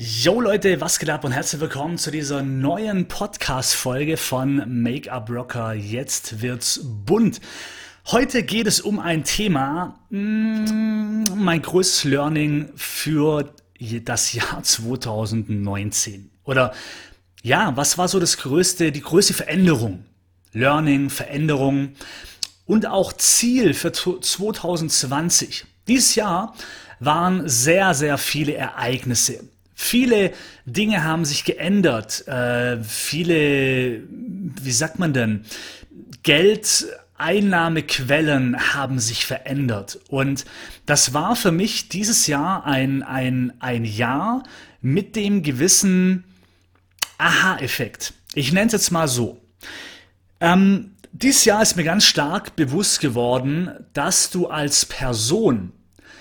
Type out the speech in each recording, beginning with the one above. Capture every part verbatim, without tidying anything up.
Yo Leute, was geht ab und herzlich willkommen zu dieser neuen Podcast-Folge von Make-up Rocker. Jetzt wird's bunt. Heute geht es um ein Thema, mh, mein größtes Learning für das Jahr zwanzig neunzehn. Oder ja, was war so das größte, die größte Veränderung? Learning, Veränderung und auch Ziel für zwanzig zwanzig. Dieses Jahr waren sehr, sehr viele Ereignisse. Viele Dinge haben sich geändert, äh, viele, wie sagt man denn, Geldeinnahmequellen haben sich verändert. Und das war für mich dieses Jahr ein, ein, ein Jahr mit dem gewissen Aha-Effekt. Ich nenne es jetzt mal so. Ähm, dieses Jahr ist mir ganz stark bewusst geworden, dass du als Person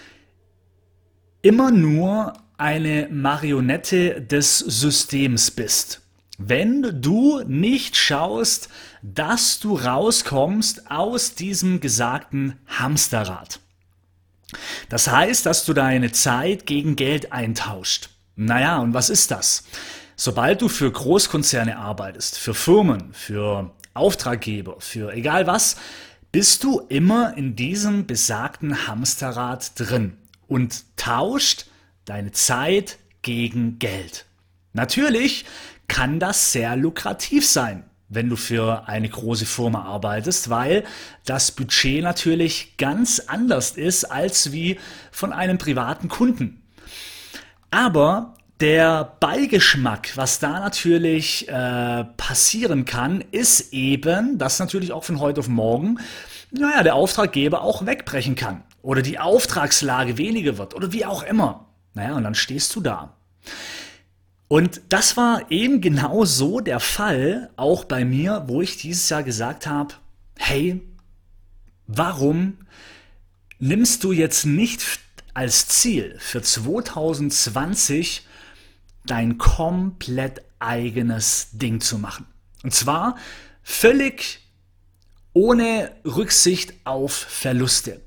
immer nur eine Marionette des Systems bist. Wenn du nicht schaust, dass du rauskommst aus diesem gesagten Hamsterrad. Das heißt, dass du deine Zeit gegen Geld eintauscht. Naja, und was ist das? Sobald du für Großkonzerne arbeitest, für Firmen, für Auftraggeber, für egal was, bist du immer in diesem besagten Hamsterrad drin und tauscht deine Zeit gegen Geld. Natürlich kann das sehr lukrativ sein, wenn du für eine große Firma arbeitest, weil das Budget natürlich ganz anders ist als wie von einem privaten Kunden. Aber der Beigeschmack, was da natürlich äh, passieren kann, ist eben, dass natürlich auch von heute auf morgen, naja, der Auftraggeber auch wegbrechen kann oder die Auftragslage weniger wird oder wie auch immer. Naja, und dann stehst du da. Und das war eben genau so der Fall, auch bei mir, wo ich dieses Jahr gesagt habe, hey, warum nimmst du jetzt nicht als Ziel für zwanzig zwanzig dein komplett eigenes Ding zu machen? Und zwar völlig ohne Rücksicht auf Verluste.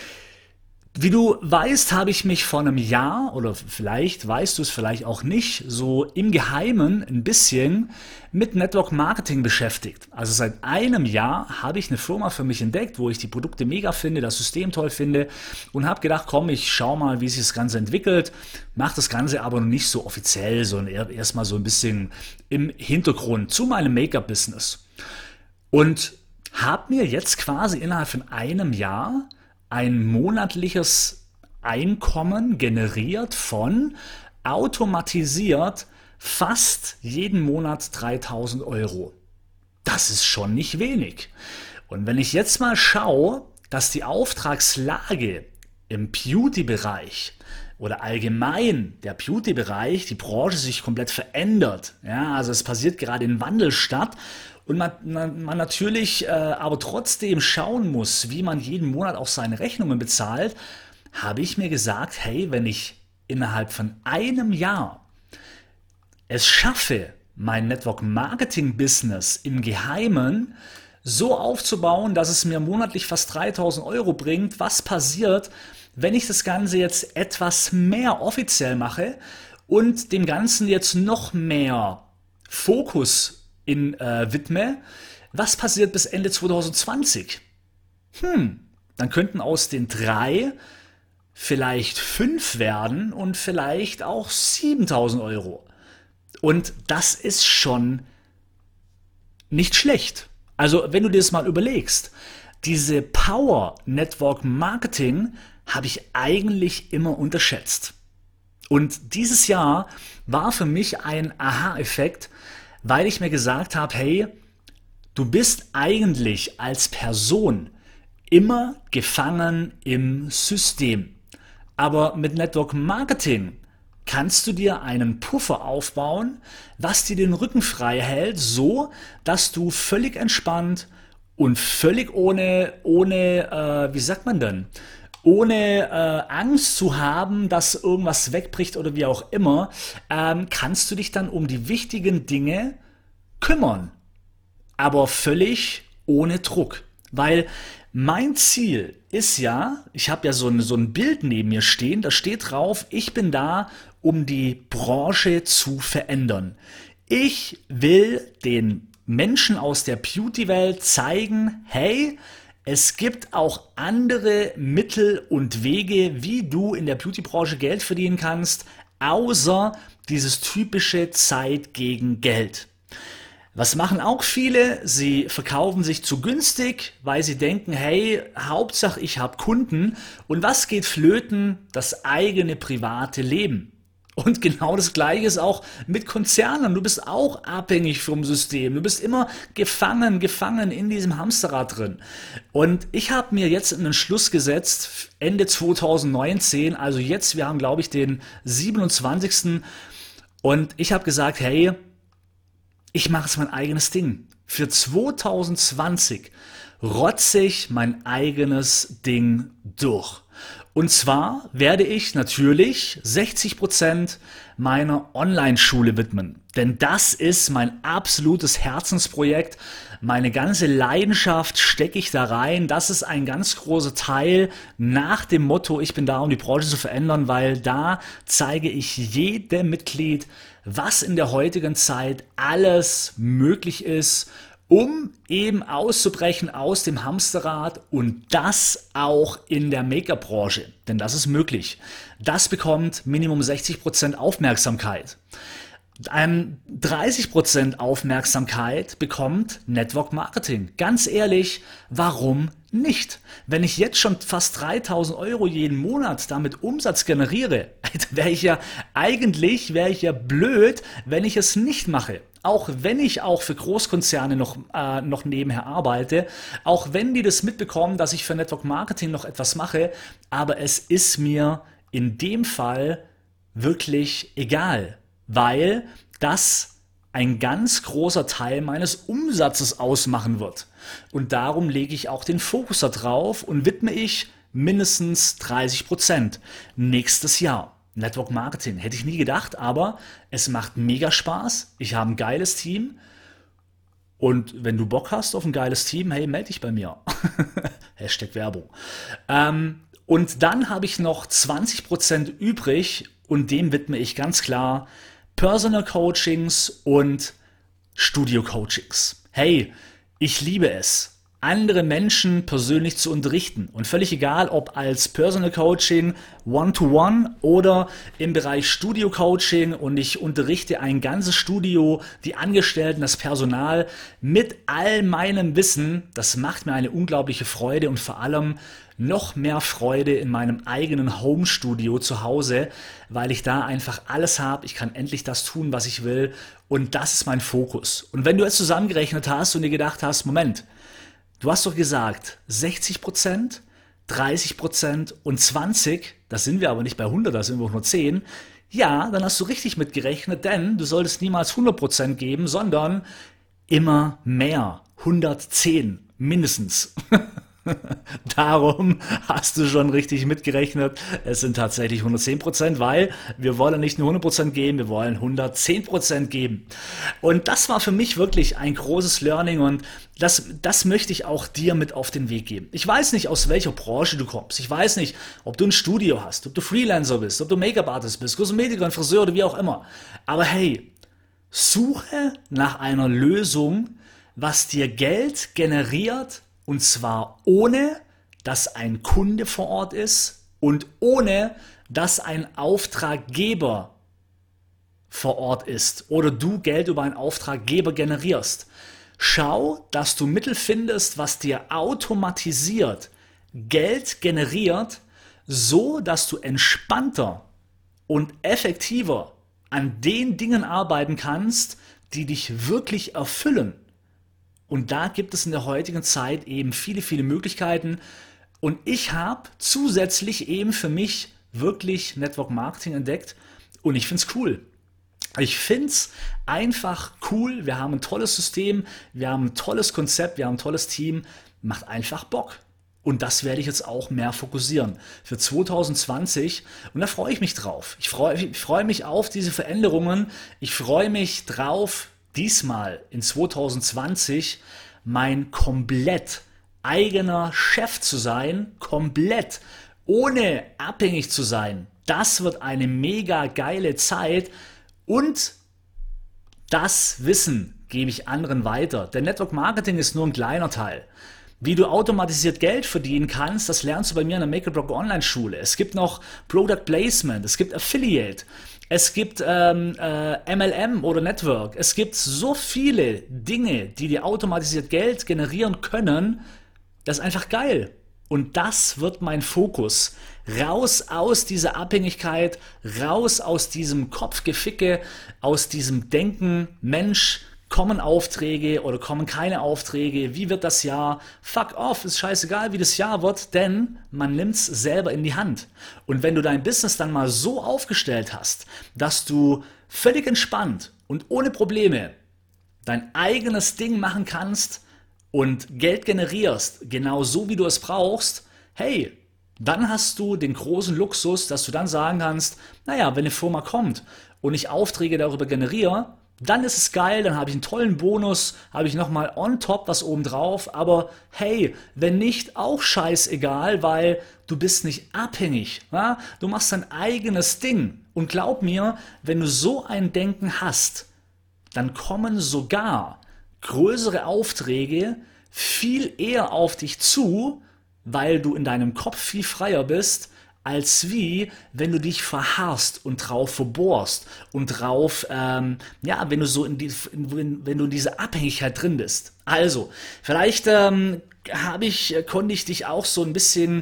Wie du weißt, habe ich mich vor einem Jahr, oder vielleicht weißt du es vielleicht auch nicht, so im Geheimen ein bisschen mit Network Marketing beschäftigt. Also seit einem Jahr habe ich eine Firma für mich entdeckt, wo ich die Produkte mega finde, das System toll finde und habe gedacht, komm, ich schau mal, wie sich das Ganze entwickelt, mache das Ganze aber noch nicht so offiziell, sondern erstmal so ein bisschen im Hintergrund zu meinem Make-up-Business. Und habe mir jetzt quasi innerhalb von einem Jahr ein monatliches Einkommen generiert von automatisiert fast jeden Monat dreitausend Euro. Das ist schon nicht wenig. Und wenn ich jetzt mal schaue, dass die Auftragslage im Beauty-Bereich oder allgemein der Beauty-Bereich, die Branche sich komplett verändert, ja, also es passiert gerade ein Wandel statt, und man, man, man natürlich äh, aber trotzdem schauen muss, wie man jeden Monat auch seine Rechnungen bezahlt, habe ich mir gesagt, hey, wenn ich innerhalb von einem Jahr es schaffe, mein Network Marketing Business im Geheimen so aufzubauen, dass es mir monatlich fast dreitausend Euro bringt, was passiert, wenn ich das Ganze jetzt etwas mehr offiziell mache und dem Ganzen jetzt noch mehr Fokus in äh, widme, was passiert bis Ende zwanzig zwanzig? Hm, dann könnten aus den drei vielleicht fünf werden und vielleicht auch siebentausend Euro. Und das ist schon nicht schlecht. Also wenn du dir das mal überlegst, diese Power Network Marketing habe ich eigentlich immer unterschätzt. Und dieses Jahr war für mich ein Aha-Effekt, weil ich mir gesagt habe, hey, du bist eigentlich als Person immer gefangen im System. Aber mit Network Marketing kannst du dir einen Puffer aufbauen, was dir den Rücken frei hält, so dass du völlig entspannt und völlig ohne, ohne äh, wie sagt man denn, ohne äh, Angst zu haben, dass irgendwas wegbricht oder wie auch immer, ähm, kannst du dich dann um die wichtigen Dinge kümmern. Aber völlig ohne Druck. Weil mein Ziel ist ja, ich habe ja so ein, so ein Bild neben mir stehen, da steht drauf, ich bin da, um die Branche zu verändern. Ich will den Menschen aus der Beauty-Welt zeigen, hey, es gibt auch andere Mittel und Wege, wie du in der Beauty-Branche Geld verdienen kannst, außer dieses typische Zeit gegen Geld. Was machen auch viele? Sie verkaufen sich zu günstig, weil sie denken, hey, Hauptsache ich habe Kunden. Und was geht flöten? Das eigene private Leben. Und genau das Gleiche ist auch mit Konzernen. Du bist auch abhängig vom System. Du bist immer gefangen, gefangen in diesem Hamsterrad drin. Und ich habe mir jetzt einen Schluss gesetzt, Ende zwanzig neunzehn, also jetzt, wir haben glaube ich den siebenundzwanzigsten Und ich habe gesagt, hey, ich mache jetzt mein eigenes Ding. Für zwanzig zwanzig rotze ich mein eigenes Ding durch. Und zwar werde ich natürlich sechzig Prozent meiner Online-Schule widmen. Denn das ist mein absolutes Herzensprojekt. Meine ganze Leidenschaft stecke ich da rein. Das ist ein ganz großer Teil nach dem Motto, ich bin da, um die Branche zu verändern, weil da zeige ich jedem Mitglied, was in der heutigen Zeit alles möglich ist, um eben auszubrechen aus dem Hamsterrad und das auch in der Make-up-Branche. Denn das ist möglich. Das bekommt Minimum sechzig Prozent Aufmerksamkeit. Ähm, dreißig Prozent Aufmerksamkeit bekommt Network Marketing. Ganz ehrlich, warum nicht? Wenn ich jetzt schon fast dreitausend Euro jeden Monat damit Umsatz generiere, wäre ich ja eigentlich, wäre ich ja blöd, wenn ich es nicht mache. Auch wenn ich auch für Großkonzerne noch, äh, noch nebenher arbeite, auch wenn die das mitbekommen, dass ich für Network Marketing noch etwas mache, aber es ist mir in dem Fall wirklich egal, weil das ein ganz großer Teil meines Umsatzes ausmachen wird. Und darum lege ich auch den Fokus da drauf und widme ich mindestens dreißig Prozent nächstes Jahr. Network Marketing, hätte ich nie gedacht, aber es macht mega Spaß. Ich habe ein geiles Team und wenn du Bock hast auf ein geiles Team, hey, melde dich bei mir. Hashtag Werbung. Ähm, und dann habe ich noch zwanzig Prozent übrig und dem widme ich ganz klar Personal Coachings und Studio Coachings. Hey, ich liebe es, andere Menschen persönlich zu unterrichten. Und völlig egal, ob als Personal Coaching, One-to-One oder im Bereich Studio Coaching und ich unterrichte ein ganzes Studio, die Angestellten, das Personal mit all meinem Wissen. Das macht mir eine unglaubliche Freude und vor allem noch mehr Freude in meinem eigenen Home-Studio zu Hause, weil ich da einfach alles habe. Ich kann endlich das tun, was ich will und das ist mein Fokus. Und wenn du jetzt zusammengerechnet hast und dir gedacht hast, Moment, du hast doch gesagt, sechzig Prozent, dreißig Prozent und zwanzig, das sind wir aber nicht bei hundert, da sind wir auch nur zehn. Ja, dann hast du richtig mitgerechnet, denn du solltest niemals hundert Prozent geben, sondern immer mehr, hundertzehn mindestens. Darum hast du schon richtig mitgerechnet. Es sind tatsächlich hundertzehn Prozent, weil wir wollen nicht nur hundert Prozent geben, wir wollen hundertzehn Prozent geben. Und das war für mich wirklich ein großes Learning und das, das möchte ich auch dir mit auf den Weg geben. Ich weiß nicht, aus welcher Branche du kommst. Ich weiß nicht, ob du ein Studio hast, ob du Freelancer bist, ob du Make-up-Artist bist, Kosmetikerin, Friseur oder wie auch immer. Aber hey, suche nach einer Lösung, was dir Geld generiert, und zwar ohne, dass ein Kunde vor Ort ist und ohne, dass ein Auftraggeber vor Ort ist oder du Geld über einen Auftraggeber generierst. Schau, dass du Mittel findest, was dir automatisiert Geld generiert, so dass du entspannter und effektiver an den Dingen arbeiten kannst, die dich wirklich erfüllen. Und da gibt es in der heutigen Zeit eben viele, viele Möglichkeiten. Und ich habe zusätzlich eben für mich wirklich Network Marketing entdeckt und ich finde es cool. Ich finde es einfach cool. Wir haben ein tolles System, wir haben ein tolles Konzept, wir haben ein tolles Team. Macht einfach Bock. Und das werde ich jetzt auch mehr fokussieren für zwanzig zwanzig. Und da freue ich mich drauf. Ich freue, ich freue mich auf diese Veränderungen. Ich freue mich drauf, diesmal in zwanzig zwanzig mein komplett eigener Chef zu sein, komplett, ohne abhängig zu sein Das wird eine mega geile Zeit und das Wissen gebe ich anderen weiter. Denn Network Marketing ist nur ein kleiner Teil. Wie du automatisiert Geld verdienen kannst, das lernst du bei mir in der Make a Blog Online Schule. Es gibt noch Product Placement, es gibt Affiliate, es gibt ähm, äh, M L M oder Network. Es gibt so viele Dinge, die dir automatisiert Geld generieren können. Das ist einfach geil. Und das wird mein Fokus. Raus aus dieser Abhängigkeit, raus aus diesem Kopfgeficke, aus diesem Denken, Mensch, kommen Aufträge oder kommen keine Aufträge, wie wird das Jahr? Fuck off, ist scheißegal, wie das Jahr wird, denn man nimmt es selber in die Hand. Und wenn du dein Business dann mal so aufgestellt hast, dass du völlig entspannt und ohne Probleme dein eigenes Ding machen kannst und Geld generierst, genau so wie du es brauchst, hey, dann hast du den großen Luxus, dass du dann sagen kannst, naja, wenn eine Firma kommt und ich Aufträge darüber generiere, dann ist es geil, dann habe ich einen tollen Bonus, habe ich nochmal on top was oben drauf, aber hey, wenn nicht, auch scheißegal, weil du bist nicht abhängig, ja? Du machst dein eigenes Ding und glaub mir, wenn du so ein Denken hast, dann kommen sogar größere Aufträge viel eher auf dich zu, weil du in deinem Kopf viel freier bist, als wie, wenn du dich verharrst und drauf verbohrst und drauf, ähm, ja, wenn du so in die, in, wenn du in dieser Abhängigkeit drin bist. Also, vielleicht ähm, habe ich, konnte ich dich auch so ein bisschen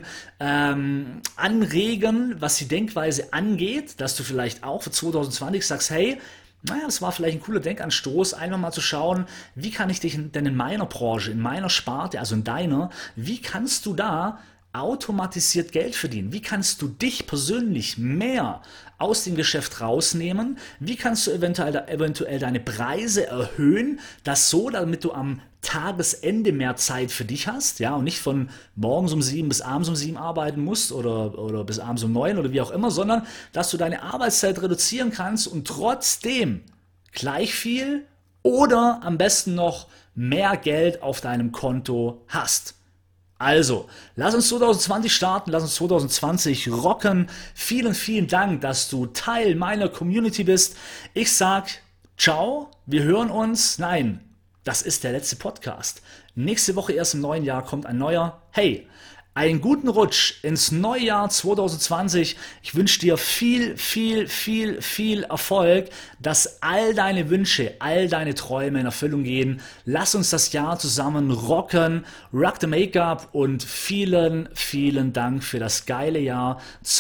ähm, anregen, was die Denkweise angeht, dass du vielleicht auch für zwanzig zwanzig sagst, hey, naja, das war vielleicht ein cooler Denkanstoß, einfach mal zu schauen, wie kann ich dich denn in meiner Branche, in meiner Sparte, also in deiner, wie kannst du da automatisiert Geld verdienen? Wie kannst du dich persönlich mehr aus dem Geschäft rausnehmen? Wie kannst du eventuell, eventuell deine Preise erhöhen, das so, damit du am Tagesende mehr Zeit für dich hast, ja, und nicht von morgens um sieben bis abends um sieben arbeiten musst oder, oder bis abends um neun oder wie auch immer, sondern dass du deine Arbeitszeit reduzieren kannst und trotzdem gleich viel oder am besten noch mehr Geld auf deinem Konto hast. Also, lass uns zwanzig zwanzig starten, lass uns zwanzig zwanzig rocken. Vielen, vielen Dank, dass du Teil meiner Community bist. Ich sag ciao, wir hören uns. Nein, das ist der letzte Podcast. Nächste Woche erst im neuen Jahr kommt ein neuer. Hey, einen guten Rutsch ins neue Jahr zwanzig zwanzig. Ich wünsche dir viel, viel, viel, viel Erfolg, dass all deine Wünsche, all deine Träume in Erfüllung gehen. Lass uns das Jahr zusammen rocken. Rock the Make-up und vielen, vielen Dank für das geile Jahr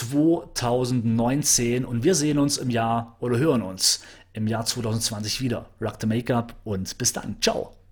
zwanzig neunzehn. Und wir sehen uns im Jahr oder hören uns im Jahr zwanzig zwanzig wieder. Rock the Make-up und bis dann. Ciao.